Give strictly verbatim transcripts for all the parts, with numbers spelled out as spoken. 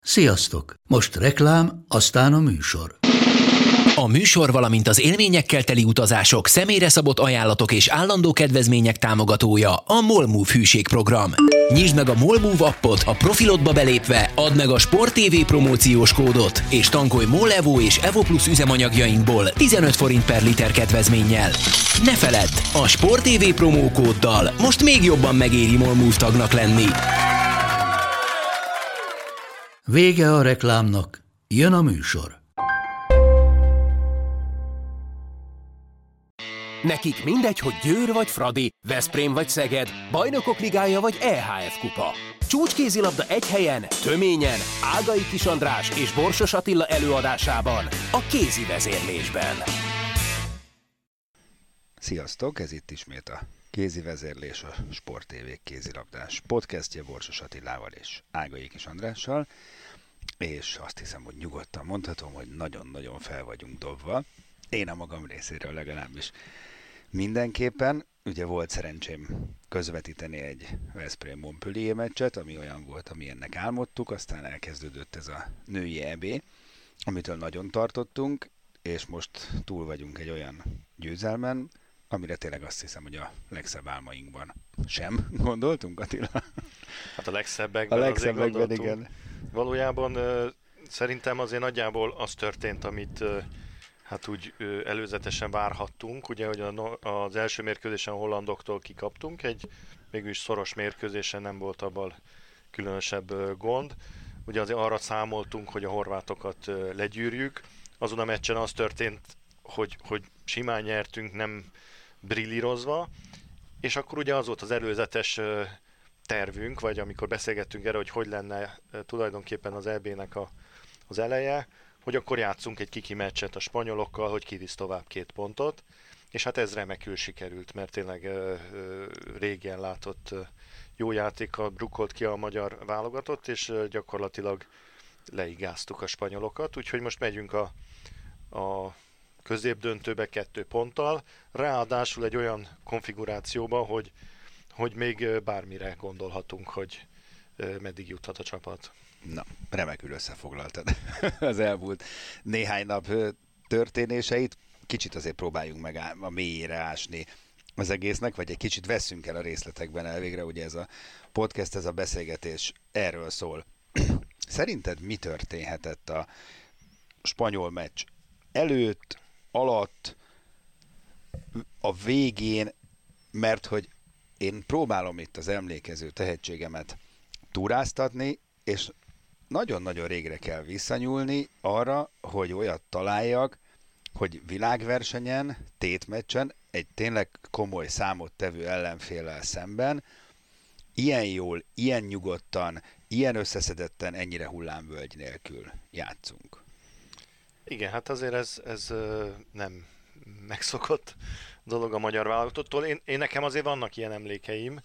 Sziasztok! Most reklám, aztán a műsor. A műsor, valamint az élményekkel teli utazások, személyre szabott ajánlatok és állandó kedvezmények támogatója a MOLMOVE hűségprogram. Nyisd meg a MOLMOVE appot, a profilodba belépve add meg a Sport té vé promóciós kódot, és tankolj MOL Evo és Evo Plus üzemanyagjainkból tizenöt forint per liter kedvezménnyel. Ne feledd, a Sport té vé promókóddal most még jobban megéri MOLMOVE tagnak lenni. Vége a reklámnak, jön a műsor. Nekik mindegy, hogy Győr vagy Fradi, Veszprém vagy Szeged, Bajnokok Ligája vagy é há ef kupa. Csúcskézilabda egy helyen, töményen, Ágai Kis András és Borsos Attila előadásában, a kézi vezérlésben. Sziasztok, ez itt ismét a Kézi Vezérlés, a Sport té vé kézilabdás podcastje Borsos Attilával és Ágai Kis Andrással, és azt hiszem, hogy nyugodtan mondhatom, hogy nagyon-nagyon fel vagyunk dobva. Én a magam részéről legalábbis mindenképpen. Ugye volt szerencsém közvetíteni egy Veszprém-Montpellier meccset, ami olyan volt, amilyennek álmodtuk, aztán elkezdődött ez a női é bé, amitől nagyon tartottunk, és most túl vagyunk egy olyan győzelmen, amire tényleg azt hiszem, hogy a legszebb álmainkban sem gondoltunk, Attila? Hát a legszebbekben, a legszebbekben igen. Valójában uh, szerintem azért nagyjából az történt, amit uh, hát úgy uh, előzetesen várhattunk. Ugye, hogy a, az első mérkőzésen a hollandoktól kikaptunk, egy mégis szoros mérkőzésen nem volt abban különösebb uh, gond. Ugye azért arra számoltunk, hogy a horvátokat uh, legyűrjük. Azon a meccsen az történt, hogy, hogy simán nyertünk, nem brillírozva, és akkor ugye az volt az előzetes uh, tervünk, vagy amikor beszélgettünk erre, hogy hogy lenne uh, tulajdonképpen az é bének a, az eleje, hogy akkor játszunk egy kiki meccset a spanyolokkal, hogy kivisz tovább két pontot, és hát ez remekül sikerült, mert tényleg uh, uh, régen látott uh, jó játékkal drukkolt ki a magyar válogatott, és uh, gyakorlatilag leigáztuk a spanyolokat, úgyhogy most megyünk a, a középdöntőbe kettő ponttal, ráadásul egy olyan konfigurációba, hogy, hogy még bármire gondolhatunk, hogy meddig juthat a csapat. Na, remekül összefoglaltad az elmúlt néhány nap történéseit. Kicsit azért próbáljunk meg a mélyére ásni az egésznek, vagy egy kicsit vesszünk el a részletekben elvégre, ugye ez a podcast, ez a beszélgetés erről szól. Szerinted mi történhetett a spanyol meccs előtt, alatt, a végén, mert hogy én próbálom itt az emlékező tehetségemet túráztatni, és nagyon-nagyon régre kell visszanyúlni arra, hogy olyat találjak, hogy világversenyen, tétmeccsen, egy tényleg komoly számottevő ellenféllel szemben ilyen jól, ilyen nyugodtan, ilyen összeszedetten, ennyire hullámvölgy nélkül játszunk. Igen, hát azért ez, ez nem megszokott dolog a magyar válogatottól. Én, én nekem azért vannak ilyen emlékeim.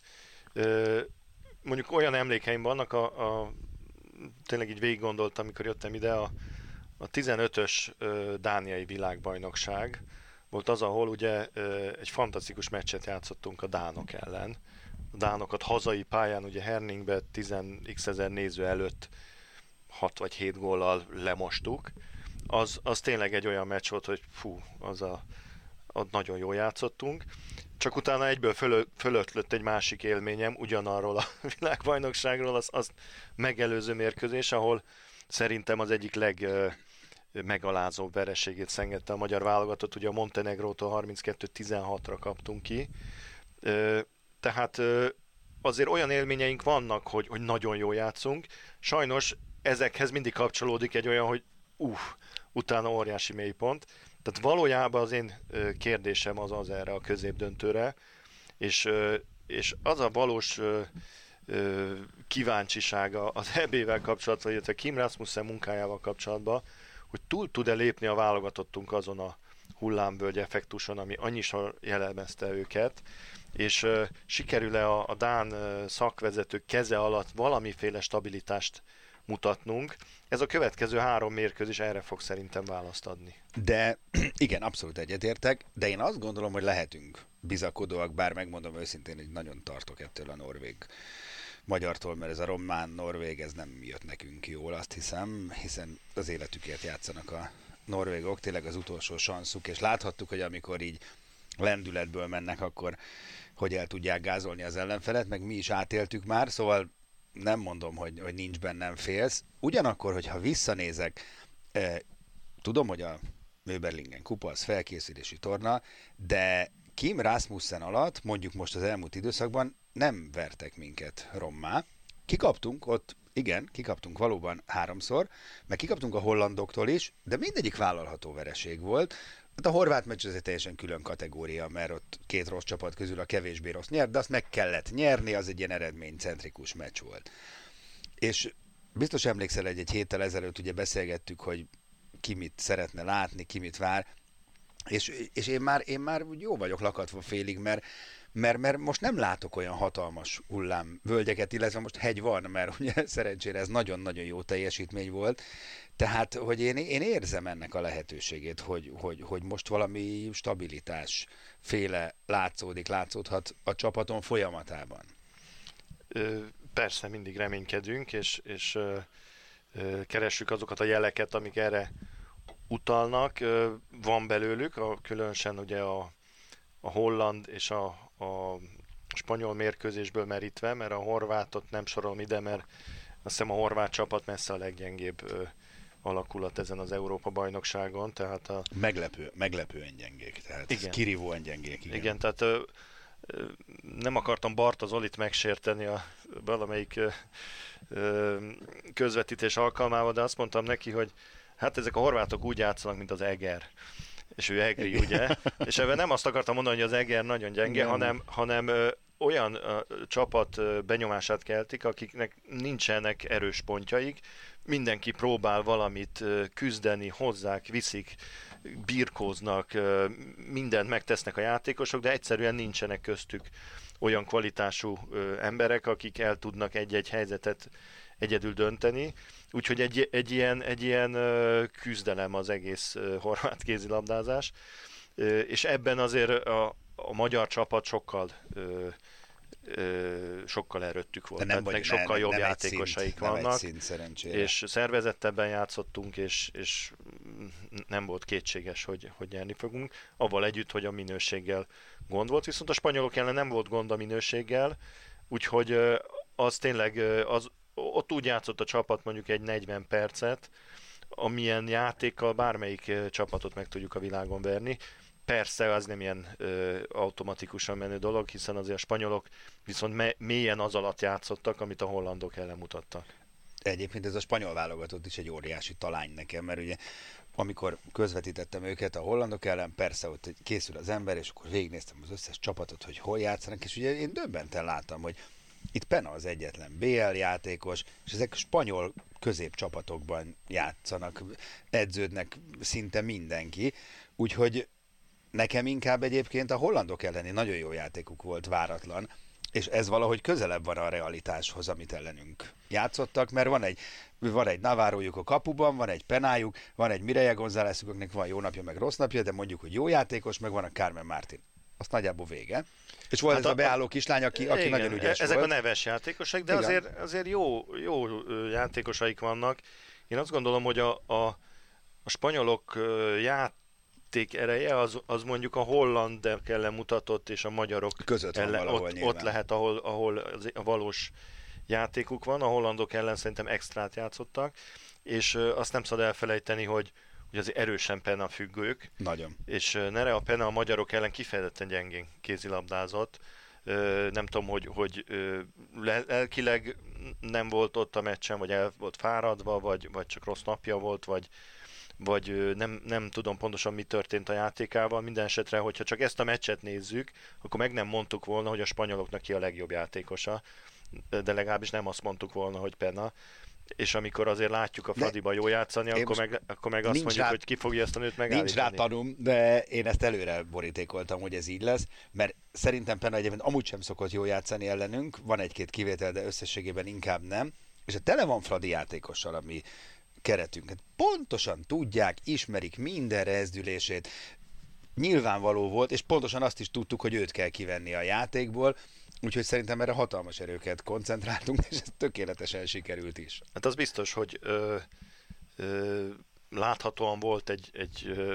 Mondjuk olyan emlékeim vannak, a, a, tényleg így végig gondoltam, amikor jöttem ide, a, a tizenötös dániai világbajnokság volt az, ahol ugye egy fantasztikus meccset játszottunk a dánok ellen. A dánokat hazai pályán, ugye Herningbe tíz x ezer néző előtt hat vagy hét góllal lemostuk. Az, az tényleg egy olyan meccs volt, hogy fú, az a, ott nagyon jól játszottunk. Csak utána egyből föl, fölötlött egy másik élményem, ugyanarról a világbajnokságról, az, az megelőző mérkőzés, ahol szerintem az egyik legmegalázóbb vereségét szenvedte a magyar válogatott. Ugye a Montenegrótól harminckettő tizenhatra kaptunk ki. Tehát azért olyan élményeink vannak, hogy, hogy nagyon jól játszunk. Sajnos ezekhez mindig kapcsolódik egy olyan, hogy uff, utána óriási mélypont. Tehát valójában az én kérdésem az az erre a középdöntőre, és, és az a valós kíváncsisága az é bével kapcsolatban, illetve Kim Rasmussen munkájával kapcsolatban, hogy túl tud-e lépni a válogatottunk azon a hullámvölgy effektuson, ami annyiszor jellemezte őket, és sikerül-e a, a dán szakvezető keze alatt valamiféle stabilitást mutatnunk. Ez a következő három mérkőzés erre fog szerintem választ adni. De igen, abszolút egyetértek, de én azt gondolom, hogy lehetünk bizakodóak, bár megmondom őszintén, hogy nagyon tartok ettől a norvég magyartól, mert ez a román-norvég, ez nem jött nekünk jól, azt hiszem, hiszen az életükért játszanak a norvégok, tényleg az utolsó sanszuk, és láthattuk, hogy amikor így lendületből mennek, akkor hogy el tudják gázolni az ellenfelet, meg mi is átéltük már, szóval nem mondom, hogy, hogy nincs bennem félsz. Ugyanakkor, hogyha visszanézek, eh, tudom, hogy a Möberlingen kupa az felkészülési torna, de Kim Rasmussen alatt, mondjuk most az elmúlt időszakban nem vertek minket rommá. Kikaptunk ott, igen, kikaptunk valóban háromszor, meg kikaptunk a hollandoktól is, de mindegyik vállalható vereség volt. Hát a horvát meccs ez egy teljesen külön kategória, mert ott két rossz csapat közül a kevésbé rossz nyert, de azt meg kellett nyerni, az egy ilyen eredménycentrikus meccs volt. És biztos emlékszel, egy, egy héttel ezelőtt ugye beszélgettük, hogy ki mit szeretne látni, ki mit vár, és, és én, már, én már jó vagyok lakatva félig, mert, mert, mert most nem látok olyan hatalmas hullámvölgyeket, illetve most hegy van, mert ugye szerencsére ez nagyon-nagyon jó teljesítmény volt, tehát, hogy én, én érzem ennek a lehetőségét, hogy, hogy, hogy most valami stabilitás féle látszódik, látszódhat a csapaton folyamatában. Persze, mindig reménykedünk, és, és ö, ö, keressük azokat a jeleket, amik erre utalnak. Ö, van belőlük, a, különösen ugye a, a holland és a, a spanyol mérkőzésből merítve, mert a horvátot nem sorolom ide, mert azt hiszem a horvát csapat messze a leggyengébb ö, alakulat ezen az Európa-bajnokságon, tehát a... Meglepő, meglepően gyengék, tehát igen. Kirívóan gyengék. Igen, igen tehát ö, ö, nem akartam Barta Zolit megsérteni a valamelyik ö, ö, közvetítés alkalmával, de azt mondtam neki, hogy hát ezek a horvátok úgy játszanak, mint az Eger. És ő egri, ugye? És ebben nem azt akartam mondani, hogy az Eger nagyon gyenge, igen. hanem, hanem ö, olyan ö, csapat ö, benyomását keltik, akiknek nincsenek erős pontjaik, mindenki próbál valamit küzdeni, hozzák, viszik, birkóznak, mindent megtesznek a játékosok, de egyszerűen nincsenek köztük olyan kvalitású emberek, akik el tudnak egy-egy helyzetet egyedül dönteni. Úgyhogy egy, egy, ilyen, egy ilyen küzdelem az egész horvát kézilabdázás, és ebben azért a, a magyar csapat sokkal Ö, sokkal erőttük volt, tehát meg sokkal ne, jobb nem játékosaik szint, vannak, szint, és szervezettebben játszottunk, és, és nem volt kétséges, hogy, hogy nyerni fogunk, avval együtt, hogy a minőséggel gond volt, viszont a spanyolok ellen nem volt gond a minőséggel, úgyhogy az tényleg, az, ott úgy játszott a csapat mondjuk egy negyven percet, amilyen játékkal bármelyik csapatot meg tudjuk a világon verni. Persze, az nem ilyen ö, automatikusan menő dolog, hiszen azért a spanyolok viszont me- mélyen az alatt játszottak, amit a hollandok ellen mutattak. Egyébként ez a spanyol válogatott is egy óriási talány nekem, mert ugye amikor közvetítettem őket a hollandok ellen, persze ott készül az ember, és akkor végignéztem az összes csapatot, hogy hol játszanak, és ugye én döbbenten láttam, hogy itt Pena az egyetlen bé el játékos, és ezek spanyol középcsapatokban játszanak, edződnek szinte mindenki, úgyhogy nekem inkább egyébként a hollandok elleni nagyon jó játékuk volt, váratlan, és ez valahogy közelebb van a realitáshoz, amit ellenünk játszottak, mert van egy, van egy Navarrojuk a kapuban, van egy Penájuk, van egy Mireia Gonzálezük, akiknek van jó napja, meg rossz napja, de mondjuk, hogy jó játékos, meg van a Carmen Martin. Azt nagyjából vége. És volt hát ez a, a beálló kislány, aki, aki igen, nagyon ügyes ezek volt. a neves játékosok, de azért, azért jó, jó játékosaik vannak. Én azt gondolom, hogy a, a, a spanyolok ját ereje, az, az mondjuk a hollandek ellen mutatott, és a magyarok között van ellen, valahol ott, ott lehet, ahol, ahol az, a valós játékuk van. A hollandok ellen szerintem extrát játszottak, és ö, azt nem szabad elfelejteni, hogy, hogy azért erősen Pena függők. Nagyon. És ö, Nere a Pena a magyarok ellen kifejezetten gyengén kézilabdázott. Ö, nem tudom, hogy, hogy ö, lelkileg nem volt ott a meccsen, vagy el volt fáradva, vagy, vagy csak rossz napja volt, vagy vagy nem, nem tudom pontosan mi történt a játékával. Minden esetre, hogyha csak ezt a meccset nézzük, akkor meg nem mondtuk volna, hogy a spanyoloknak ki a legjobb játékosa, de legalábbis nem azt mondtuk volna, hogy Pena. És amikor azért látjuk a Fradiba jól játszani, akkor meg, akkor meg azt mondjuk, rá, hogy ki fogja ezt a nőt megállítani. Nincs rá tanúm, de én ezt előre borítékoltam, hogy ez így lesz, mert szerintem Pena egyébként amúgy sem szokott jól játszani ellenünk, van egy-két kivétel, de összességében inkább nem. És a tele van Fradi játékossal, ami keretünket. Pontosan tudják, ismerik minden rezdülését, nyilvánvaló volt, és pontosan azt is tudtuk, hogy őt kell kivenni a játékból, Úgyhogy szerintem erre hatalmas erőket koncentráltunk, és ez tökéletesen sikerült is. Hát az biztos, hogy ö, ö, láthatóan volt egy, egy ö,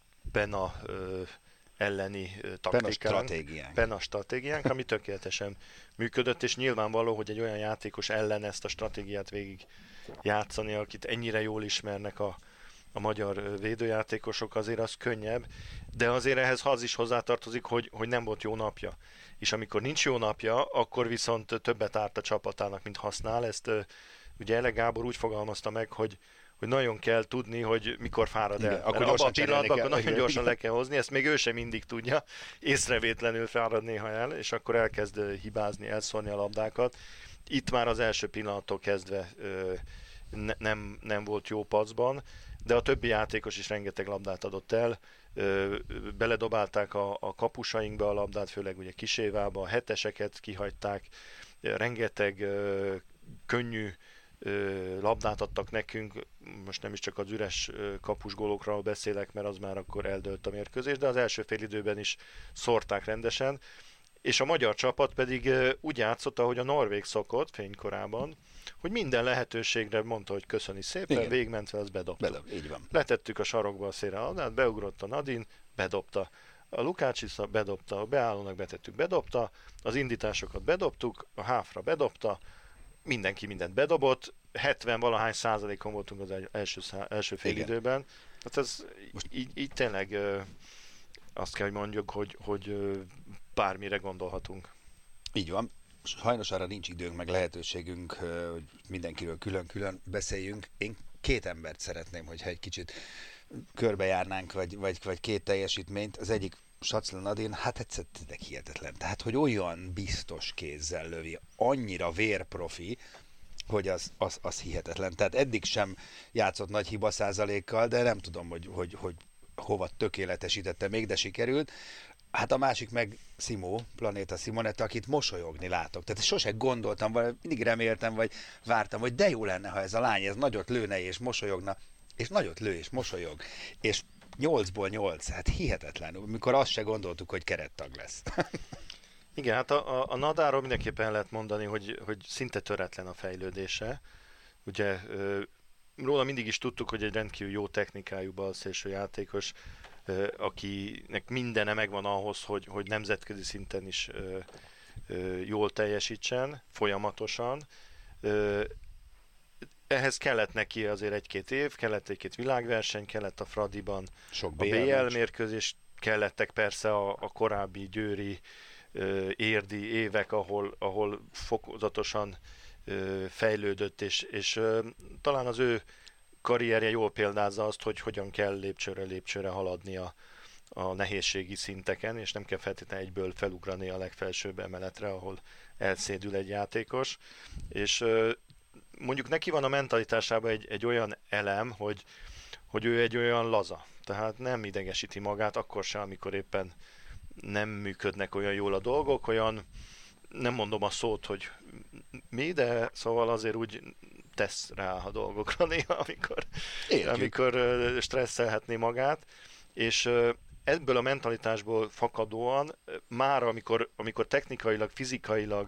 Pena ö, elleni ö, taktikánk. Pena stratégiánk. Pena stratégiánk, ami tökéletesen működött, és nyilvánvaló, hogy egy olyan játékos ellen ezt a stratégiát végig játszani, akit ennyire jól ismernek a, a magyar védőjátékosok, azért az könnyebb, de azért ehhez az is hozzátartozik, hogy, hogy nem volt jó napja. És amikor nincs jó napja, akkor viszont többet árt a csapatának, mint használ. Ezt ugye Ele Gábor úgy fogalmazta meg, hogy, hogy nagyon kell tudni, hogy mikor fárad el. Akkor abban a pillanatban kell, akkor nagyon igen. gyorsan le kell hozni, ezt még ő sem mindig tudja, észrevétlenül fárad néha el, és akkor elkezd hibázni, elszórni a labdákat. Itt már az első pillanattól kezdve ö, ne, nem, nem volt jó pacban, de a többi játékos is rengeteg labdát adott el, ö, beledobálták a, a kapusainkba a labdát, főleg ugye Kisévába, a heteseket kihagyták, rengeteg ö, könnyű ö, labdát adtak nekünk, most nem is csak az üres ö, kapusgólokról beszélek, mert az már akkor eldőlt a mérkőzés, de az első fél időben is szórták rendesen, és a magyar csapat pedig ö, úgy játszott, ahogy a norvég szokott fénykorában, hogy minden lehetőségre mondta, hogy köszöni szépen, Igen. végigmentve, az bedobta. Bedob, így van. Letettük a sarokba a szélre a labdát, beugrott a Nadin, bedobta. A Lukács bedobta, a beállónak betettük, bedobta, az indításokat bedobtuk, a háfra bedobta, mindenki mindent bedobott, hetven valahány százalékon voltunk az első, szá- első fél Igen. időben. Hát ez Most... így, így tényleg ö, azt kell, hogy mondjuk, hogy, hogy ö, bármire gondolhatunk. Így van. Sajnos arra nincs időnk, meg lehetőségünk, hogy mindenkiről külön-külön beszéljünk. Én két embert szeretném, hogyha egy kicsit körbejárnánk, vagy, vagy, vagy két teljesítményt. Az egyik Sacla Nadin, hát egyszer tényleg hihetetlen. Tehát, hogy olyan biztos kézzel lövi, annyira vérprofi, hogy az, az, az hihetetlen. Tehát eddig sem játszott nagy hiba százalékkal, de nem tudom, hogy, hogy, hogy hova tökéletesítette még, de sikerült. Hát a másik meg Simó, Planéta Simonetta, akit mosolyogni látok. Tehát sose gondoltam, vagy mindig reméltem, vagy vártam, hogy de jó lenne, ha ez a lány, ez nagyot lőne és mosolyogna, és nagyot lő és mosolyog. És nyolcból nyolc, hát hihetetlen, mikor azt se gondoltuk, hogy kerettag lesz. Igen, hát a, a, a Nadáról mindenképpen lehet mondani, hogy, hogy szinte töretlen a fejlődése. Ugye róla mindig is tudtuk, hogy egy rendkívül jó technikájú balszélső játékos, akinek mindene megvan ahhoz, hogy, hogy nemzetközi szinten is ö, ö, jól teljesítsen, folyamatosan. Ö, ehhez kellett neki azért egy-két év, kellett egy-két világverseny, kellett a Fradiban Sok a bé el mérkőzés, kellettek persze a, a korábbi győri, ö, érdi évek, ahol, ahol fokozatosan ö, fejlődött, és, és ö, talán az ő karrierje jól példázza azt, hogy hogyan kell lépcsőre lépcsőre haladni a, a nehézségi szinteken, és nem kell feltétlenül egyből felugrani a legfelsőbb emeletre, ahol elszédül egy játékos. És mondjuk neki van a mentalitásában egy, egy olyan elem, hogy, hogy ő egy olyan laza. Tehát nem idegesíti magát, akkor sem, amikor éppen nem működnek olyan jól a dolgok, olyan, nem mondom a szót, hogy mi, de szóval azért úgy tesz rá a dolgokra néha, amikor, amikor stresszelhetné magát, és ebből a mentalitásból fakadóan már amikor, amikor technikailag, fizikailag,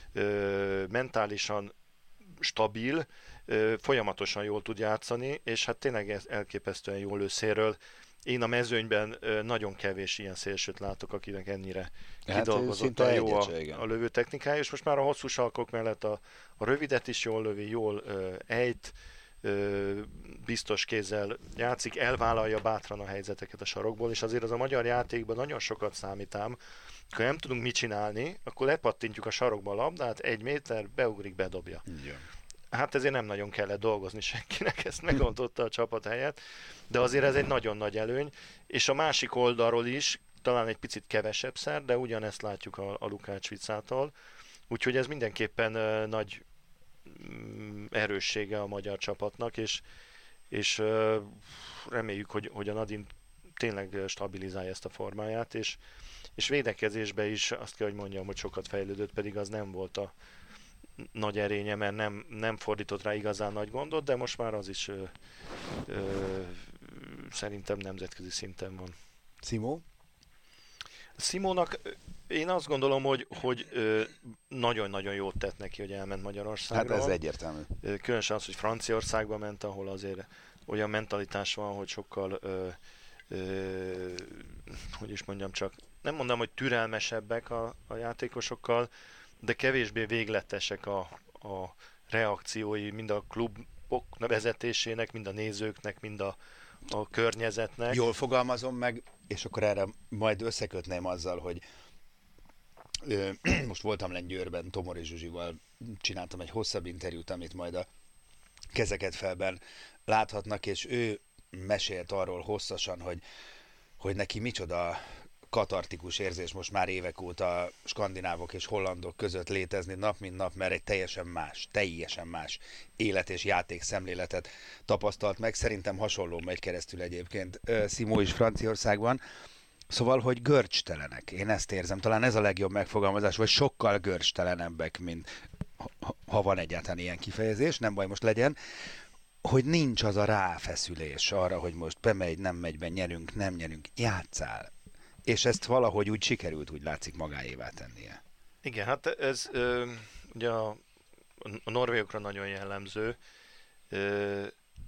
mentálisan stabil, folyamatosan jól tud játszani, és hát tényleg elképesztően jól lő szélről. Én a mezőnyben nagyon kevés ilyen szélsőt látok, akinek ennyire hát kidolgozott a jó a, a lövő technikája, és most már a hosszú salkok mellett a, a rövidet is jól lövi, jól ö, ejt, ö, biztos kézzel játszik, elvállalja bátran a helyzeteket a sarokból, és azért az a magyar játékban nagyon sokat számítám. Ha nem tudunk mit csinálni, akkor lepattintjuk a sarokba a labdát, egy méter, beugrik, bedobja. Igen. Hát ezért nem nagyon kellett dolgozni senkinek, ezt megoldotta a csapat helyett, de azért ez egy nagyon nagy előny, és a másik oldalról is, talán egy picit kevesebb szer, de ugyanezt látjuk a, a Lukács Vicától, úgyhogy ez mindenképpen uh, nagy um, erőssége a magyar csapatnak, és, és uh, reméljük, hogy, hogy a Nadin tényleg stabilizálja ezt a formáját, és, és védekezésben is azt kell, hogy mondjam, hogy sokat fejlődött, pedig az nem volt a nagy erénye, mert nem, nem fordított rá igazán nagy gondot, de most már az is ö, ö, szerintem nemzetközi szinten van. Simó? Simónak én azt gondolom, hogy, hogy nagyon-nagyon jót tett neki, hogy elment Magyarországra. Hát ez egyértelmű. Különösen az, hogy Franciaországba ment, ahol azért olyan mentalitás van, hogy sokkal, ö, ö, hogy is mondjam csak, nem mondom, hogy türelmesebbek a, a játékosokkal, de kevésbé végletesek a, a reakciói, mind a klubok vezetésének, mind a nézőknek, mind a, a környezetnek. Jól fogalmazom meg, és akkor erre majd összekötném azzal, hogy ö, most voltam lenn Győrben, Tomori Zsuzsival csináltam egy hosszabb interjút, amit majd a Kezeket felben láthatnak, és ő mesélt arról hosszasan, hogy, hogy neki micsoda katartikus érzés most már évek óta skandinávok és hollandok között létezni nap mint nap, mert egy teljesen más, teljesen más élet és játék szemléletet tapasztalt meg. Szerintem hasonló megy keresztül egyébként Simó is Franciaországban. Szóval, hogy görcstelenek. Én ezt érzem. Talán ez a legjobb megfogalmazás, vagy sokkal görcstelenebbek, mint ha van egyáltalán ilyen kifejezés, nem baj, most legyen, hogy nincs az a ráfeszülés arra, hogy most bemegy, nem megy be, nyerünk, nem nyerünk, játszál. És ezt valahogy úgy sikerült, úgy látszik magáévá tennie. Igen, hát ez ö, ugye a, a norvégokra nagyon jellemző. Ö,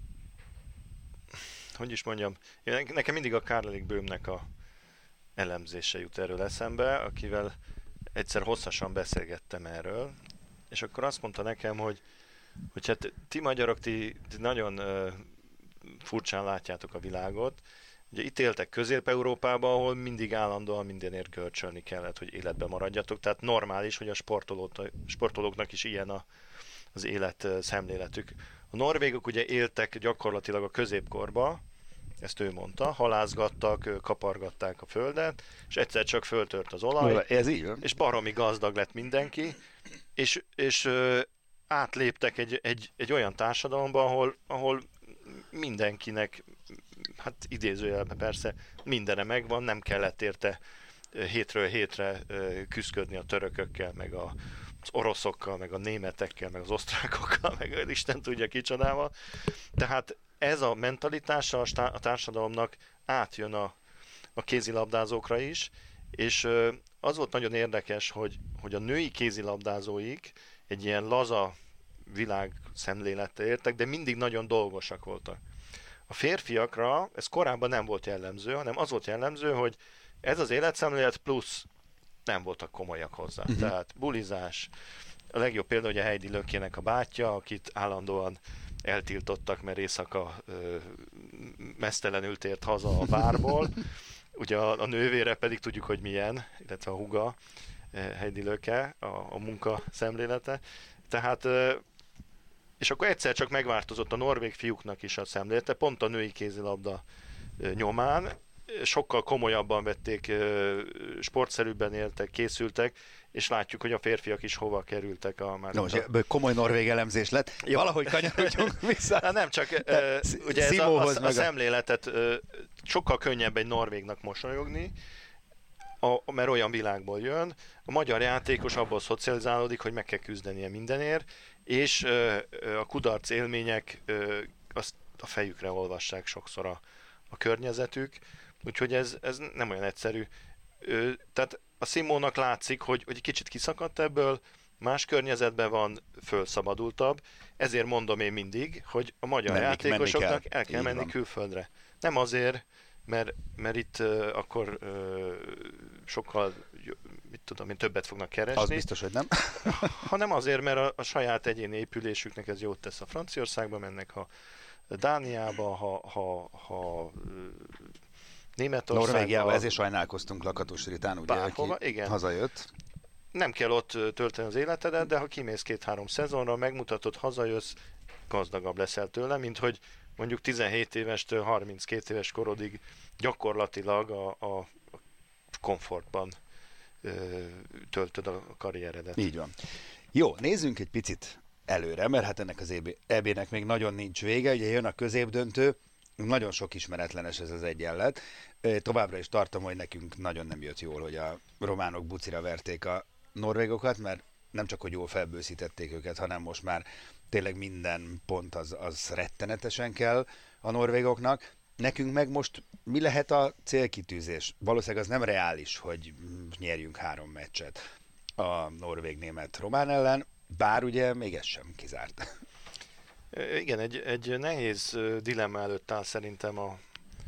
hogy is mondjam, én, nekem mindig a Karl-Erik Böhmnek a elemzése jut erről eszembe, akivel egyszer hosszasan beszélgettem erről, és akkor azt mondta nekem, hogy, hogy hát ti magyarok, ti, ti nagyon ö, furcsán látjátok a világot. Ugye itt éltek Közép-Európában, ahol mindig állandóan mindenért görcsölni kellett, hogy életben maradjatok. Tehát normális, hogy a sportolóknak is ilyen a, az élet szemléletük. A norvégok ugye éltek gyakorlatilag a középkorba, ezt ő mondta, halázgattak, kapargatták a földet, és egyszer csak föltört az olaj, ez így, és baromi gazdag lett mindenki, és, és ö, átléptek egy, egy, egy olyan társadalomba, ahol, ahol mindenkinek, hát idézőjelben persze, mindene megvan, nem kellett érte hétről hétre küszködni a törökökkel, meg a, az oroszokkal, meg a németekkel, meg az osztrákokkal, meg Isten tudja kicsodával. Tehát ez a mentalitása a társadalomnak átjön a, a kézilabdázókra is, és az volt nagyon érdekes, hogy, hogy a női kézilabdázóik egy ilyen laza világ szemlélettel értek, de mindig nagyon dolgosak voltak. A férfiakra ez korábban nem volt jellemző, hanem az volt jellemző, hogy ez az életszemlélet plusz nem voltak komolyak hozzá. Uh-huh. Tehát bulizás. A legjobb példa, hogy a Heidi Lökkének a bátyja, akit állandóan eltiltottak, mert éjszaka ö, meztelenül tért haza a bárból. Ugye a, a nővére pedig tudjuk, hogy milyen, illetve a húga, Heidi Lökke, a, a munka szemlélete. Tehát, és akkor egyszer csak megváltozott a norvég fiúknak is a szemlélete, pont a női kézilabda nyomán, sokkal komolyabban vették, sportszerűbben éltek, készültek, és látjuk, hogy a férfiak is hova kerültek. A már no, a... ebből komoly norvég elemzés lett. Jó. Valahogy kanyarodjunk vissza. Hát nem csak, uh, ugye ez a, a, a szemléletet uh, sokkal könnyebb egy norvégnak mosolyogni, a, mert olyan világból jön. A magyar játékos abból szocializálódik, hogy meg kell küzdenie mindenért, és uh, a kudarc élmények uh, azt a fejükre olvassák sokszor a, a környezetük, úgyhogy ez, ez nem olyan egyszerű. Ö, tehát a Simónak látszik, hogy, hogy kicsit kiszakadt ebből, más környezetben van, fölszabadultabb, ezért mondom én mindig, hogy a magyar menni, játékosoknak menni kell. el kell Így menni van. külföldre. Nem azért, mert, mert itt uh, akkor uh, sokkal, mit tudom én, többet fognak keresni. Az biztos, hogy nem. hanem azért, mert a, a saját egyéni épülésüknek ez jót tesz. A Franciaországba mennek, ha Dániába, ha, ha, ha Németországban. Norvégiában ezért sajnálkoztunk Lakatos Ritán, ugye, bárhova, aki igen. hazajött. Nem kell ott tölteni az életedet, de ha kimész két-három szezonra, megmutatod, hazajössz, gazdagabb leszel tőle, mint hogy mondjuk tizenhét évestől harminckét éves korodig gyakorlatilag a, a komfortban ö, töltöd a karrieredet. Így van. Jó, nézzünk egy picit előre, mert hát ennek az é bé-nek még nagyon nincs vége, ugye jön a középdöntő, nagyon sok ismeretlenes ez az egyenlet. Továbbra is tartom, hogy nekünk nagyon nem jött jól, hogy a románok bucira verték a norvégokat, mert nem csak, hogy jól felbőszítették őket, hanem most már tényleg minden pont az, az rettenetesen kell a norvégoknak. Nekünk meg most mi lehet a célkitűzés? Valószínűleg az nem reális, hogy nyerjünk három meccset a norvég-német-román ellen, bár ugye még ez sem kizárt. Igen, egy, egy nehéz dilemma előtt áll szerintem a,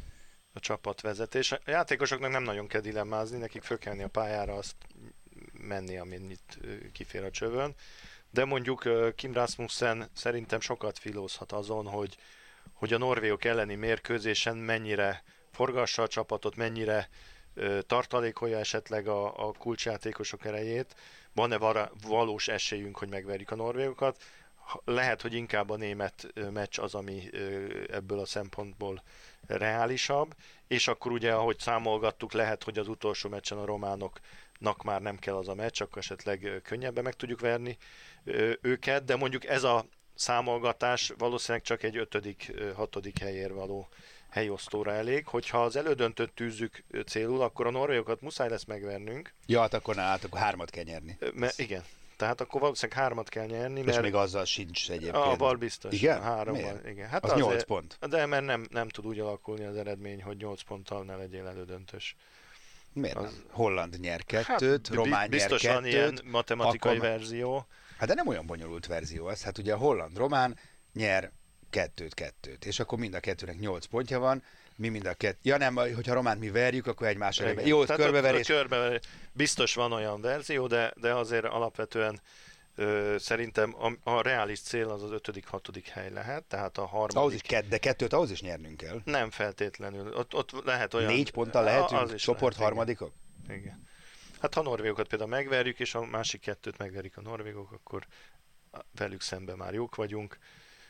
a csapatvezetés. A játékosoknak nem nagyon kell dilemmázni, nekik föl kell menni a pályára, azt menni, amennyit kifér a csövön. De mondjuk Kim Rasmussen szerintem sokat filózhat azon, hogy, hogy a norvégok elleni mérkőzésen mennyire forgassa a csapatot, mennyire ö, tartalékolja esetleg a, a kulcsjátékosok erejét. Van-e vara, valós esélyünk, hogy megverjük a norvégokat? Lehet, hogy inkább a német meccs az, ami ö, ebből a szempontból reálisabb, és akkor ugye, ahogy számolgattuk, lehet, hogy az utolsó meccsen a románoknak már nem kell az a meccs, akkor esetleg könnyebben meg tudjuk verni ö, őket, de mondjuk ez a számolgatás valószínűleg csak egy ötödik, hatodik helyér való helyosztóra elég. Hogyha az elődöntőt tűzzük célul, akkor a norvégokat muszáj lesz megvernünk. Ja, hát akkor, hát akkor hármat kell nyerni. Mert igen. Tehát akkor valószínűleg hármat kell nyerni. És mert még azzal sincs egyébként. Avval biztos. Igen? Hárommal, igen. Hát az azért, nyolc pont. De mert nem, nem tud úgy alakulni az eredmény, hogy nyolc ponttal ne legyél elődöntős. Miért az... nem? Holland nyer kettőt, hát, román nyer biztos kettőt. Van ilyen matematikai akkor... verzió. Hát de nem olyan bonyolult verzió ez. Hát ugye a holland-román nyer kettőt-kettőt, és akkor mind a kettőnek nyolc pontja van, mi mind a kettő. Ja nem, hogyha románt mi verjük, akkor egymásra. Jó, körbeverés. körbeverés. Biztos van olyan verzió, de, de azért alapvetően ö, szerintem a, a reális cél az az ötödik, hatodik hely lehet, tehát a harmadik. Ahhoz is kett, de kettőt ahhoz is nyernünk kell. Nem feltétlenül. Ott, ott lehet olyan... Négy ponttal lehetünk csoport lehet, harmadikok? Igen. igen. Hát ha a norvégokat például megverjük, és a másik kettőt megverik a norvégok, akkor velük szemben már jók vagyunk.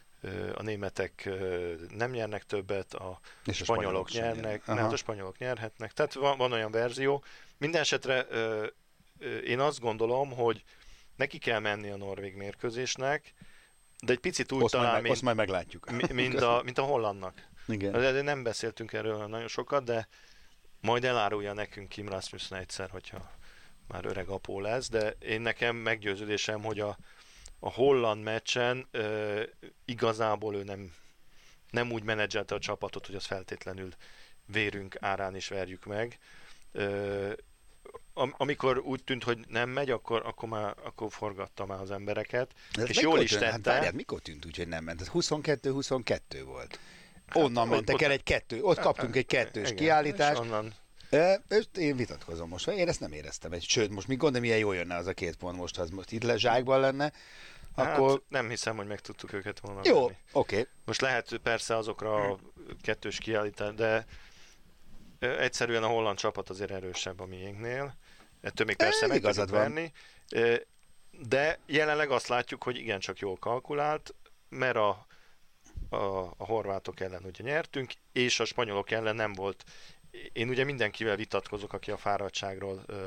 A németek nem nyernek többet, a és spanyolok a nyernek, nem, hát a spanyolok nyerhetnek. Tehát van, van olyan verzió. Minden esetre én azt gondolom, hogy neki kell menni a norvég mérkőzésnek, de egy picit úgy azt talán, majd, mint, azt majd meglátjuk. Mint, a, mint a hollandnak. Igen. Nem beszéltünk erről nagyon sokat, de majd elárulja nekünk Kim Rasmussen egyszer, hogyha már öreg apó lesz, de én nekem meggyőződésem, hogy a A holland meccsen uh, igazából ő nem, nem úgy menedzselte a csapatot, hogy az feltétlenül vérünk árán is verjük meg. Uh, am- amikor úgy tűnt, hogy nem megy, akkor, akkor, már, akkor forgatta már az embereket. Ez és jól is tűnt? tette. Hát várjál, mikor tűnt úgy, hogy nem ment? Ez huszonkettő huszonkettő volt. Onnan hát, mentek ott, el egy kettő, ott kaptunk egy kettős igen, kiállítást. Onnan... E, én vitatkozom most, én ezt nem éreztem. Egy, sőt, most még gondolom, milyen jól jönne az a két pont most, ha az most itt le zsákban lenne. Akkor... Hát nem hiszem, hogy meg tudtuk őket volna jó, oké. Okay. Most lehet persze azokra a kettős kiállítás, de egyszerűen a holland csapat azért erősebb a miénknél. Ettől még persze e, meg tudjuk verni. De jelenleg azt látjuk, hogy igencsak jól kalkulált, mert a, a, a horvátok ellen ugye nyertünk, és a spanyolok ellen nem volt. Én ugye mindenkivel vitatkozok, aki a fáradtságról ö,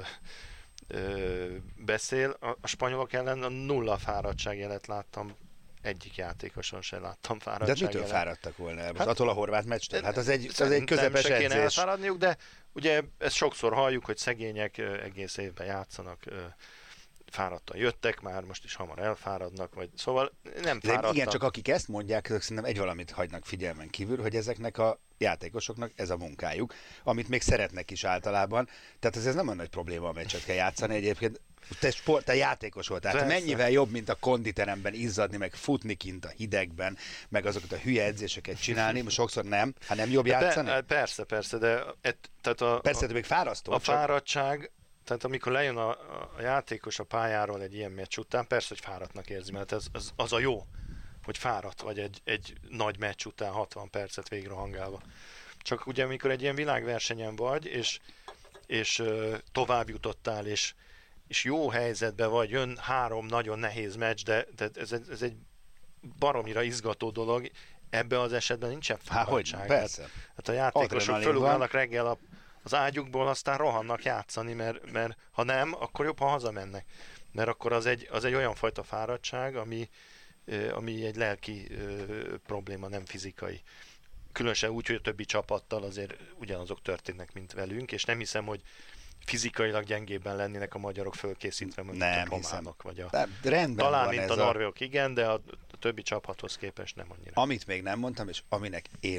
ö, beszél. A, a spanyolok ellen a nulla fáradtságjelet láttam, egyik játékoson sem láttam fáradtságjelet. De mitől fáradtak volna el? Hát, attól a horvát meccstől? Hát az egy, az egy közepes edzés. Kéne elfáradniuk, de ugye ezt sokszor halljuk, hogy szegények egész évben játszanak, fáradtan jöttek, már most is hamar elfáradnak, vagy szóval nem fáradtak. Igen, csak akik ezt mondják, azok szerintem egy valamit hagynak figyelmen kívül, hogy ezeknek a játékosoknak ez a munkájuk, amit még szeretnek is általában. Tehát ez, ez nem olyan nagy probléma, a meccset kell játszani egyébként. Te, sport, te játékos voltál, tehát mennyivel jobb, mint a konditeremben izzadni, meg futni kint a hidegben, meg azokat a hülye edzéseket csinálni, most sokszor nem, hát nem jobb játszani? De, persze, persze, de et, tehát a, persze, de még fárasztó. A csak... fáradtság, tehát amikor lejön a, a játékos a pályáról egy ilyen meccs után, persze, hogy fáradtnak érzi, mert ez, az, az a jó, hogy fáradt vagy egy, egy nagy meccs után hatvan percet végre hangálva. Csak ugye, amikor egy ilyen világversenyen vagy, és, és uh, tovább jutottál, és, és jó helyzetben vagy, jön három nagyon nehéz meccs, de, de ez, ez egy baromira izgató dolog, ebben az esetben nincsen fáradtság. Há, persze. Hát a játékosok fölugrálnak reggel a, az ágyukból, aztán rohannak játszani, mert, mert ha nem, akkor jobb, ha hazamennek. Mert akkor az egy, az egy olyan fajta fáradtság, ami, ami egy lelki ö, probléma, nem fizikai. Különösen úgy, hogy a többi csapattal azért ugyanazok történnek, mint velünk, és nem hiszem, hogy fizikailag gyengébben lennének a magyarok fölkészítve, mint nem a románok, vagy a... Talán, mint a norvégok, igen, de a többi csapathoz képest nem annyira. Amit még nem mondtam, és aminek én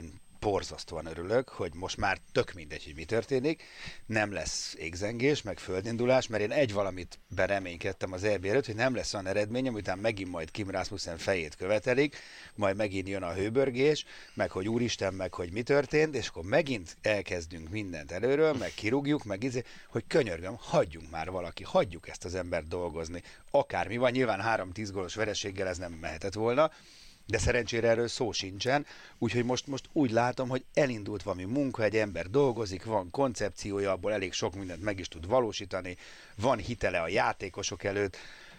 borzasztóan örülök, hogy most már tök mindegy, hogy mi történik, nem lesz égzengés, meg földindulás, mert én egy valamit bereménykedtem az é bé előtt, hogy nem lesz olyan eredményem, után megint majd Kim Rasmussen fejét követelik, majd megint jön a hőbörgés, meg hogy úristen, meg hogy mi történt, és akkor megint elkezdünk mindent előről, meg kirúgjuk, meg izé, hogy könyörgöm, hagyjunk már valaki, hagyjuk ezt az embert dolgozni. Akármi van, nyilván három-tíz gólos vereséggel ez nem mehetett volna, de szerencsére erről szó sincsen, úgyhogy most, most úgy látom, hogy elindult valami munka, egy ember dolgozik, van koncepciója, abból elég sok mindent meg is tud valósítani, van hitele a játékosok előtt,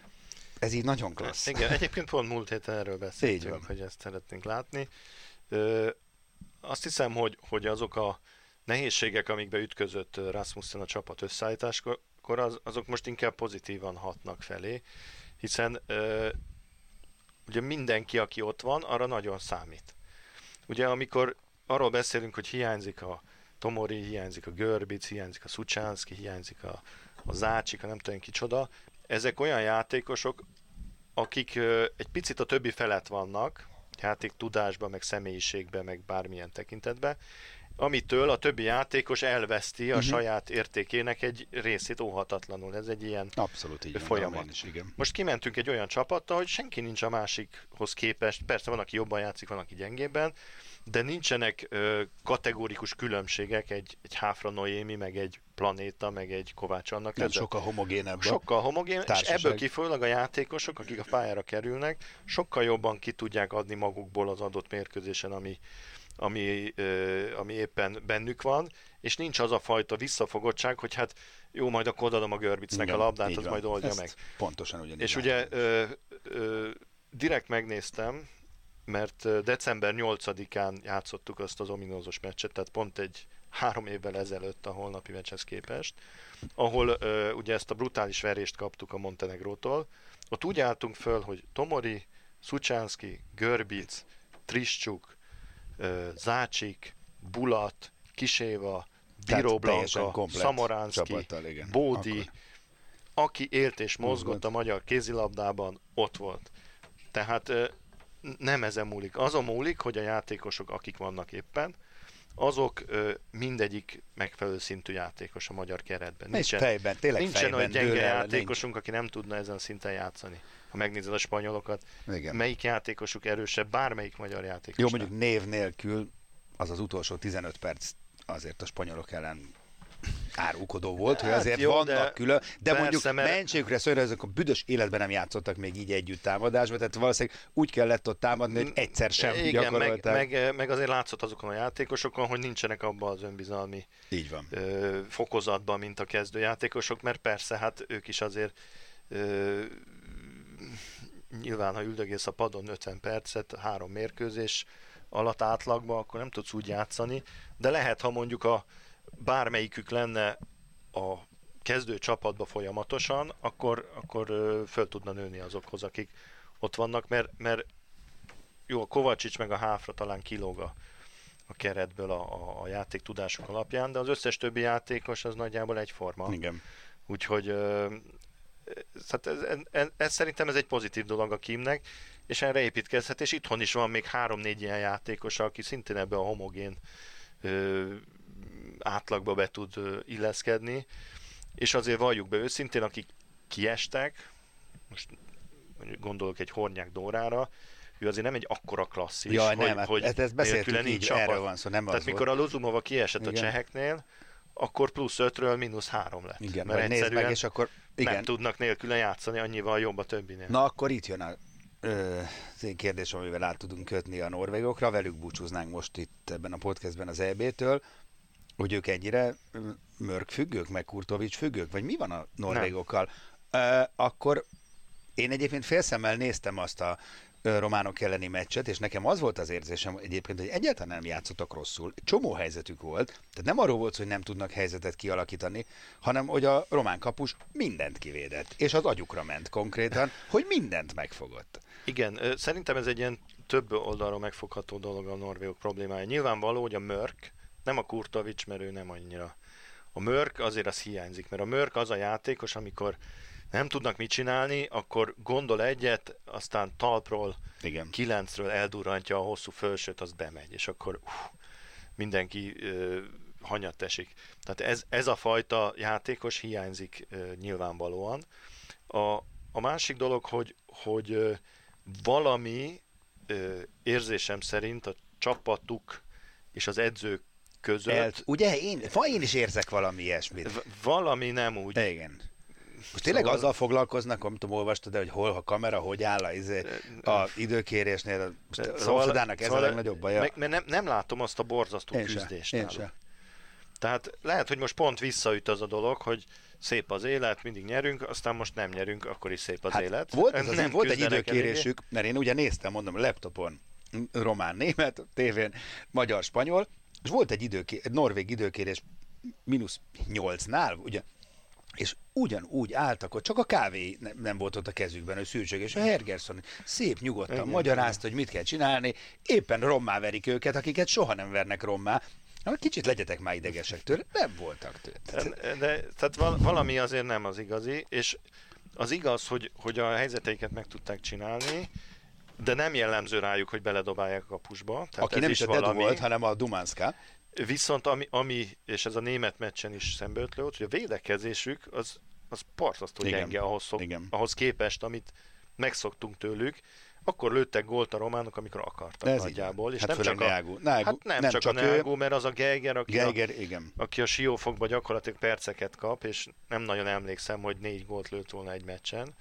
ez így nagyon klassz. Igen, egyébként pont múlt héten erről beszéltünk, hogy ezt szeretnénk látni. Ö, azt hiszem, hogy, hogy azok a nehézségek, amikbe ütközött Rasmussen a csapat összeállításkor, az, azok most inkább pozitívan hatnak felé, hiszen ö, ugye mindenki, aki ott van, arra nagyon számít. Ugye amikor arról beszélünk, hogy hiányzik a Tomori, hiányzik a Görbic, hiányzik a Szucsánszki, hiányzik a, a Zácsik, a nem tudom kicsoda, ezek olyan játékosok, akik ö, egy picit a többi felett vannak, játék tudásban, meg személyiségben, meg bármilyen tekintetben, amitől a többi játékos elveszti a uh-huh. saját értékének egy részét óhatatlanul. Ez egy ilyen abszolút így folyamat. Is, igen. Most kimentünk egy olyan csapattal, hogy senki nincs a másikhoz képest. Persze van, aki jobban játszik, van, aki gyengébben, de nincsenek ö, kategórikus különbségek egy, egy Háfra Noémi, meg egy Planéta, meg egy Kovács annak. Nem, sokkal homogénebb. Sokkal homogén, és ebből kifolyólag a játékosok, akik a pályára kerülnek, sokkal jobban ki tudják adni magukból az adott mérkőzésen, ami Ami, ö, ami éppen bennük van, és nincs az a fajta visszafogottság, hogy hát jó, majd akkor odadom a Görbicnek a labdát, az van. Majd oldja ezt meg. Pontosan ugyanígy. És ugye ö, ö, direkt megnéztem, mert december nyolcadikán játszottuk azt az ominózus meccset, tehát pont egy három évvel ezelőtt a holnapi meccshez képest, ahol ö, ugye ezt a brutális verést kaptuk a Montenegrótól. Ott úgy álltunk föl, hogy Tomori, Szucsánszki, Görbic, Triscsuk, Zácsik, Bulat, Kiséva, Bíró Blanka, Szamoránszki, Bódi, akkor. Aki élt és mozgott a magyar kézilabdában, ott volt. Tehát nem ezen múlik. Azon múlik, hogy a játékosok, akik vannak éppen, azok mindegyik megfelelő szintű játékos a magyar keretben. Nincsen, fejben, tényleg nincsen fejben, olyan gyenge dőle, játékosunk, nincs. Aki nem tudna ezen a szinten játszani. Ha megnézed a spanyolokat, igen. Melyik játékosuk erősebb, bármelyik magyar játékos. Jó, mondjuk név nélkül az az utolsó tizenöt perc azért a spanyolok ellen árulkodó volt, hát hogy azért jó, vannak de külön, de persze, mondjuk mert... mentségükre szólni, ezek a büdös életben nem játszottak még így együtt támadásba, tehát valószínűleg úgy kellett ott támadni, hogy egyszer sem igen, gyakorolták. Meg, meg, meg azért látszott azokon a játékosokon, hogy nincsenek abban az önbizalmi így van. Ö, fokozatban, mint a kezdőjátékosok, mert persze, hát ők is azért ö, nyilván, ha üldögélsz a padon ötven percet, három mérkőzés alatt átlagban, akkor nem tudsz úgy játszani, de lehet, ha mondjuk a bármelyikük lenne a kezdő csapatba folyamatosan, akkor, akkor föl tudna nőni azokhoz, akik ott vannak, mert, mert jó, a Kovacsics meg a Háfra talán kilóg a, a keretből a, a, a játék tudások alapján, de az összes többi játékos az nagyjából egyforma. Igen. Úgyhogy hát ez, ez, ez, ez szerintem ez egy pozitív dolog a Kimnek, és erre építkezhet, és itthon is van még három-négy ilyen játékos, aki szintén ebbe a homogén ö, átlagba be tud ö, illeszkedni, és azért valljuk be őszintén, akik kiestek, most gondolok egy Hornyák Dórára, ő azért nem egy akkora klasszis, Jaj, hogy, nem, hogy ezt, ezt beszéltük így, erről van szó, nem tehát az mikor volt. a Lozumova kiesett igen. a cseheknél, akkor plusz ötről mínusz három lett. Igen, mert nézd meg, és akkor igen. nem tudnak nélküle játszani, annyival jobb a többinél. Na akkor itt jön a, ö, az én kérdésem, amivel át tudunk kötni a norvégokra, velük búcsúznánk most itt ebben a podcastben az é bé-től, hogy ők ennyire Mörk függők, meg Kurtovics függők, vagy mi van a norvégokkal? Ö, akkor én egyébként félszemmel néztem azt a románok elleni meccset, és nekem az volt az érzésem egyébként, hogy egyáltalán nem játszottak rosszul. Csomó helyzetük volt, tehát nem arról volt, hogy nem tudnak helyzetet kialakítani, hanem hogy a román kapus mindent kivédett, és az agyukra ment konkrétan, hogy mindent megfogott. Igen, szerintem ez egy ilyen több oldalról megfogható dolog a norvégok problémája. Nyilvánvaló, hogy a Mörk, nem a Kurtovics, mert ő nem annyira. A Mörk azért az hiányzik, mert a Mörk az a játékos, amikor nem tudnak mit csinálni, akkor gondol egyet, aztán talpról, igen. kilencről eldurrantja a hosszú fölsőt, az bemegy, és akkor uh, mindenki ö, hanyat esik. Tehát ez, ez a fajta játékos hiányzik ö, nyilvánvalóan. A, a másik dolog, hogy, hogy ö, valami ö, érzésem szerint a csapatuk és az edzők között... El, ugye? Én, én is érzek valami ilyesmit. V- valami nem úgy. Igen. Most tényleg Szóval- azzal foglalkoznak, nem tudom, olvastad, de hogy hol a kamera, hogy áll a, a időkérésnél. Most a Szomszadának ez a legnagyobb baja. Meg, mert nem, nem látom azt a borzasztó Én se, küzdést. én náluk. se. Tehát lehet, hogy most pont visszaüt az a dolog, hogy szép az élet, mindig nyerünk, aztán most nem nyerünk, akkor is szép az Hát élet. volt, ez az, Nem volt egy küzdenek időkérésük, mert én ugye néztem, mondom, laptopon, román, német, tévén, magyar, spanyol, és volt egy, időké, egy norvég időkérés mínusz nyolcnál, ugye, és ugyanúgy álltak ott, csak a kávé ne- nem volt ott a kezükben, hogy szűrtség, és a Hergersson szép nyugodtan Igen, magyarázta, hogy mit kell csinálni, éppen rommá verik őket, akiket soha nem vernek rommá. Na, kicsit legyetek már idegesek tőle, nem voltak tőle. De, de tehát val- valami azért nem az igazi, és az igaz, hogy, hogy a helyzeteiket meg tudták csinálni, de nem jellemző rájuk, hogy beledobálják a kapusba. Tehát Aki ez nem is a Dedu valami. volt, hanem a Dumanska. Viszont ami, ami, és ez a német meccsen is szembeötlő volt, hogy a védekezésük az, az parzasztó Igen. gyenge ahhoz, szok, Igen. ahhoz képest, amit megszoktunk tőlük. Akkor lőttek gólt a románok, amikor akartak De ez nagyjából. így És van. Hát nem főleg csak a, Neagu. Neagu. hát nem, nem csak, csak a ő. Neagu, mert az a Geiger, aki, Geiger, a, igen. aki a siófokban gyakorlatilag perceket kap, és nem nagyon emlékszem, hogy négy gólt lőtt volna egy meccsen.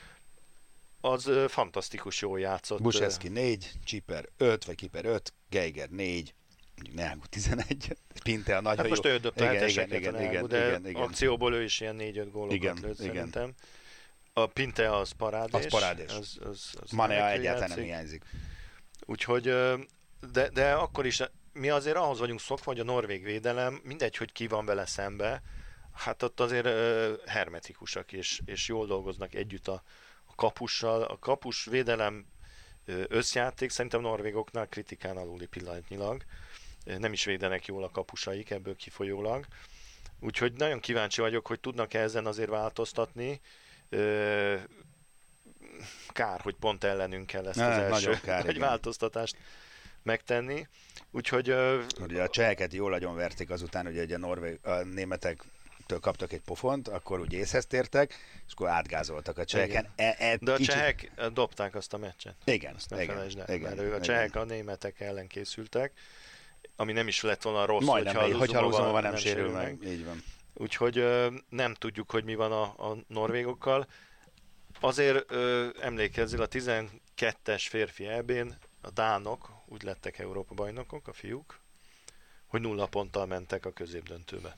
Az ö, fantasztikus jól játszott. Buszewski négy, Csiper öt, vagy Kiper öt, Geiger négy, Neagu tizenegy, Pinte a nagy Hát hajó. most ő dobta Igen, heteseket igen, a igen, Neagu, igen, de igen, igen. akcióból ő is ilyen négy-öt gólokat Igen, lőtt igen. szerintem. A Pinte az parádés. Az parádés. Az, az, az Manea remekül egyáltalán nem játszik. hiányzik. Úgyhogy, ö, de, de akkor is mi azért ahhoz vagyunk szokva, hogy a norvég védelem, mindegy, hogy ki van vele szembe, hát ott azért ö, hermetikusak, és, és jól dolgoznak együtt a, a kapussal. A kapus védelem ö, összjáték szerintem a norvégoknál kritikán aluli pillanatnyilag. Ö, Nem is védenek jól a kapusaik, ebből kifolyólag. Úgyhogy nagyon kíváncsi vagyok, hogy tudnak-e ezen azért változtatni. Ö, Kár, hogy pont ellenünk kell ezt Ne, az első nagyon kár, nagy igen. változtatást megtenni. Úgyhogy ö, Ugye a cseheket jól agyon verték azután, hogy ugye a, norvég, a németektől kaptak egy pofont, akkor úgy észhez tértek, és akkor átgázoltak a cseheken. E, e, de a kicsit- csehek dobták azt a meccset. Igen, Azt nem igen, felejtsd el. igen, Mert ő- a igen. csehek a németek ellen készültek, ami nem is lett volna rossz, Majdnem, hogyha hogyha Luzumova Luzumova nem sérül meg. meg. Így van. Úgyhogy ö, nem tudjuk, hogy mi van a, a norvégokkal. Azért ö, emlékezzél, a tizenkettes férfi é bén a dánok úgy lettek Európa bajnokok, a fiúk, hogy nulla ponttal mentek a középdöntőbe.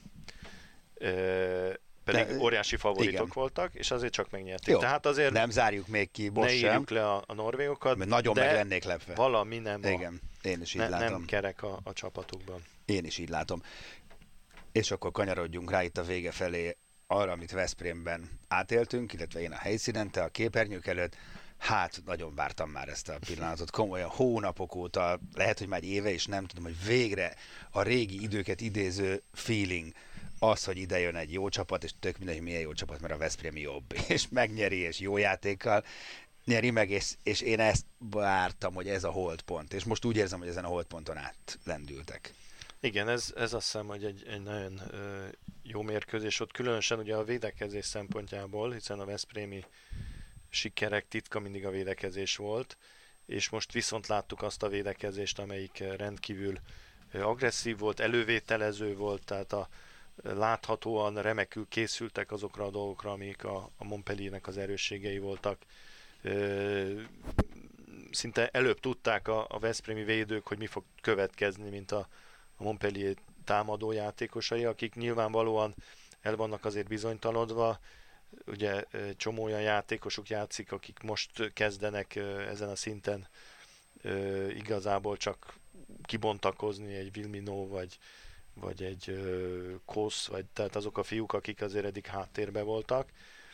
Ö, pedig De, óriási favoritok igen. voltak, és azért csak megnyerték. Jó, Tehát azért nem zárjuk még ki, ne most sem, írjuk le a, a norvégokat, mert nagyon de meg lennék lepve. valami nem, a, Igen, én is így ne, látom. nem kerek a, a csapatukban. Én is így látom. És akkor kanyarodjunk rá itt a vége felé arra, amit Veszprémben átéltünk, illetve én a helyszínen, te a képernyők előtt. Hát, nagyon vártam már ezt a pillanatot, komolyan hónapok óta, lehet, hogy már egy éve is nem tudom, hogy végre a régi időket idéző feeling az, hogy ide jön egy jó csapat, és tök mindegy, hogy milyen jó csapat, mert a Veszprém jobb, és megnyeri, és jó játékkal nyeri meg, és, és én ezt vártam, hogy ez a holdpont, és most úgy érzem, hogy ezen a holdponton átlendültek. Igen, ez, ez azt hiszem, hogy egy, egy nagyon ö, jó mérkőzés ott, különösen ugye a védekezés szempontjából, hiszen a veszprémi sikerek titka mindig a védekezés volt, és most viszont láttuk azt a védekezést, amelyik rendkívül agresszív volt, elővételező volt, tehát a, láthatóan remekül készültek azokra a dolgokra, amik a, a Montpelliernek az erősségei voltak. Ö, szinte előbb tudták a, a veszprémi védők, hogy mi fog következni, mint a, a Montpellier támadó játékosai, akik nyilvánvalóan el vannak azért bizonytalanodva. Ugye csomó olyan játékosuk játszik, akik most kezdenek ezen a szinten igazából csak kibontakozni, egy Vilminó vagy, vagy egy Kosz, vagy tehát azok a fiúk, akik azért eddig háttérben voltak.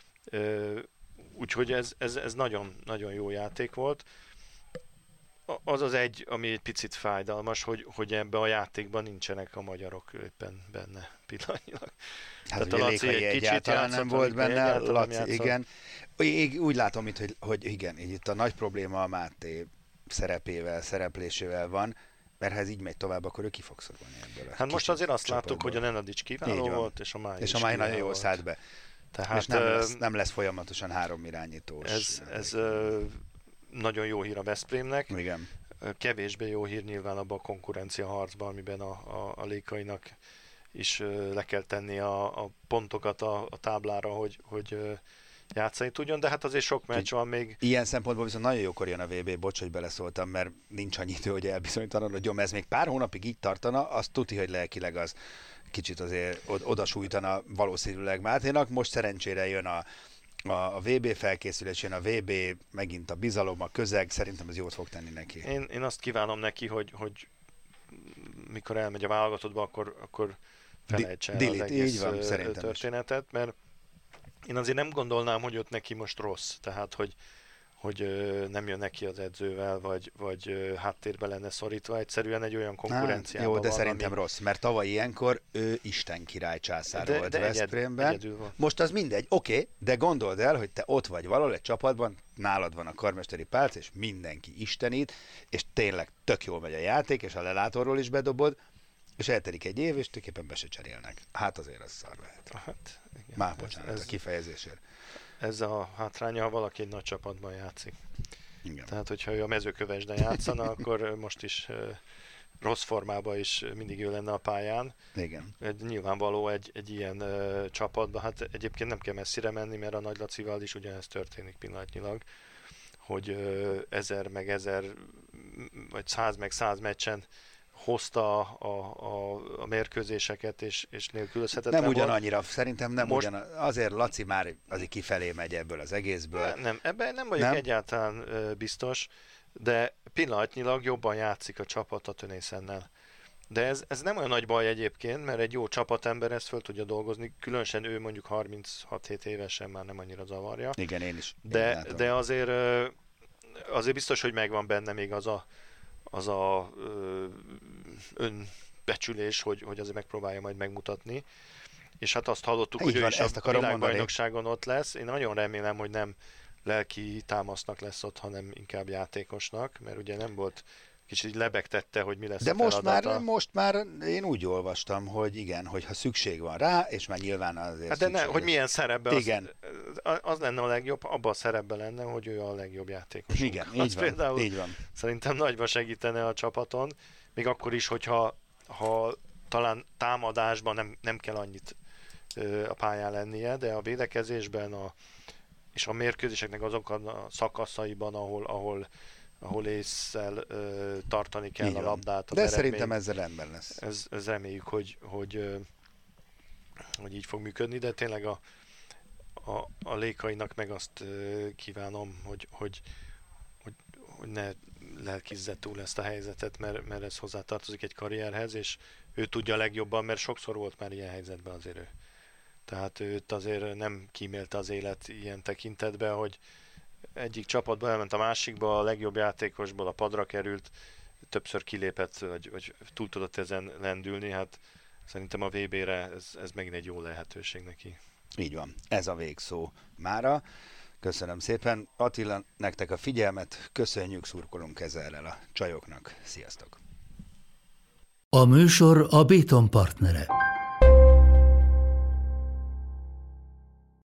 Úgyhogy ez, ez, ez nagyon, nagyon jó játék volt. Az az egy, ami egy picit fájdalmas, hogy, hogy ebben a játékban nincsenek a magyarok éppen benne pillanatnyilag. Hát Tehát a Laci egy kicsit egyáltalán nem játszott, volt amikor benne, egyáltalán Laci, játszott. igen. Úgy, úgy látom itt, hogy, hogy igen, így itt a nagy probléma a Máté szerepével, szereplésével van. mert ha ez így megy tovább, akkor ő ki fog szorulni ebből. Hát most azért azt láttuk, hogy a Nenadics kiváló volt, és a Máj És a Máj nagyon jól szállt be. Tehát, és nem, lesz, nem lesz folyamatosan három irányítós. Ez, ez nagyon jó hír a Veszprémnek. Igen. Kevésbé jó hír nyilván abban a konkurencia harcban, amiben a, a, a Lékainak is le kell tenni a, a pontokat a, a táblára, hogy, hogy játszani tudjon, de hát azért sok meccs van még. Ilyen szempontból viszont nagyon jókor jön a vé bé, bocs, hogy beleszóltam, mert nincs annyi idő, hogy elbizonyítanom, hogy jó, ez még pár hónapig így tartana, azt tuti, hogy lelkileg az kicsit azért oda sújtana valószínűleg Máténak. Most szerencsére jön a, a, a vé bé felkészülés, jön a vé bé, megint a bizalom, a közeg, szerintem ez jót fog tenni neki. Én, én azt kívánom neki, hogy, hogy mikor elmegy a válogatottba, akkor, akkor felejtse el az egész van, történetet, is. Mert én azért nem gondolnám, hogy ott neki most rossz, tehát hogy, hogy nem jön neki az edzővel, vagy, vagy háttérbe lenne szorítva, egyszerűen egy olyan konkurenciában Jó, de van, szerintem ami... rossz, mert tavaly ilyenkor ő Isten király császár de, volt de Veszprémben. Egyed, most az mindegy, oké, okay, de gondold el, hogy te ott vagy valahol egy csapatban, nálad van a karmesteri pálc, és mindenki istenít, és tényleg tök jól megy a játék, és a lelátorról is bedobod, és eltelik egy év, és tulajdonképpen be se cserélnek. Hát azért az szar lehet. Hát, igen, Már bocsánat ez, a kifejezésért. Ez a hátránya, ha valaki egy nagy csapatban játszik. Igen. Tehát, hogyha ő a Mezőkövesden játszana, akkor most is uh, rossz formában is mindig ő lenne a pályán. Igen. Egy, nyilvánvaló egy, egy ilyen uh, csapatban, hát egyébként nem kell messzire menni, mert a Nagy Lacival is ugyanezt történik pillanatnyilag, hogy uh, ezer meg ezer, vagy száz meg száz meccsen hozta a, a, a mérkőzéseket, és, és nélkülözhetetlen Nem volt. ugyanannyira, szerintem nem Most... ugyan, azért Laci már azért kifelé megy ebből az egészből. Nem, nem ebben nem vagyok nem? egyáltalán uh, biztos, de pillanatnyilag jobban játszik a csapat a Tönészennel. De ez, ez nem olyan nagy baj egyébként, mert egy jó csapatember ezt föl tudja dolgozni, különösen ő mondjuk harminchat-hét évesen már nem annyira zavarja. Igen, én is. De, én de azért, azért biztos, hogy megvan benne még az a az a ö, önbecsülés, hogy, hogy azért megpróbálja majd megmutatni. És hát azt hallottuk, Így hogy van, ő is a világbajnokságon ott lesz. Én nagyon remélem, hogy nem lelki támasznak lesz ott, hanem inkább játékosnak, mert ugye nem volt, kicsit lebegtette, hogy mi lesz De a most feladata. már, most már én úgy olvastam, hogy igen, hogyha szükség van rá, és már nyilván azért hát de ne, hogy milyen szerepben, igen. Az, az lenne a legjobb, abban a szerepben lenne, hogy ő a legjobb játékos. Igen, így van, például így van. Szerintem nagyban segítene a csapaton, még akkor is, hogyha ha talán támadásban nem, nem kell annyit ö, a pályán lennie, de a védekezésben a, és a mérkőzéseknek azokon a szakaszaiban, ahol, ahol ahol ésszel ö, tartani kell így a labdát. De eredmény. Szerintem ezzel rendben lesz. Ez, ez reméljük, hogy, hogy, ö, hogy így fog működni, de tényleg a, a, a Lékainak meg azt ö, kívánom, hogy, hogy, hogy, hogy ne lelkizze túl ezt a helyzetet, mert, mert ez hozzátartozik egy karrierhez, és ő tudja legjobban, mert sokszor volt már ilyen helyzetben azért ő. Tehát őt azért nem kímélte az élet ilyen tekintetben, hogy egyik csapatba elment a másikba, a legjobb játékosból a padra került, többször kilépett, vagy, vagy túl tudott ezen lendülni, hát szerintem a vé bére ez, ez megint egy jó lehetőség neki. Így van, ez a végszó mára. Köszönöm szépen. Attila, nektek a figyelmet, köszönjük, szurkolunk ezerrel a csajoknak. Sziasztok! A műsor a Béton partnere.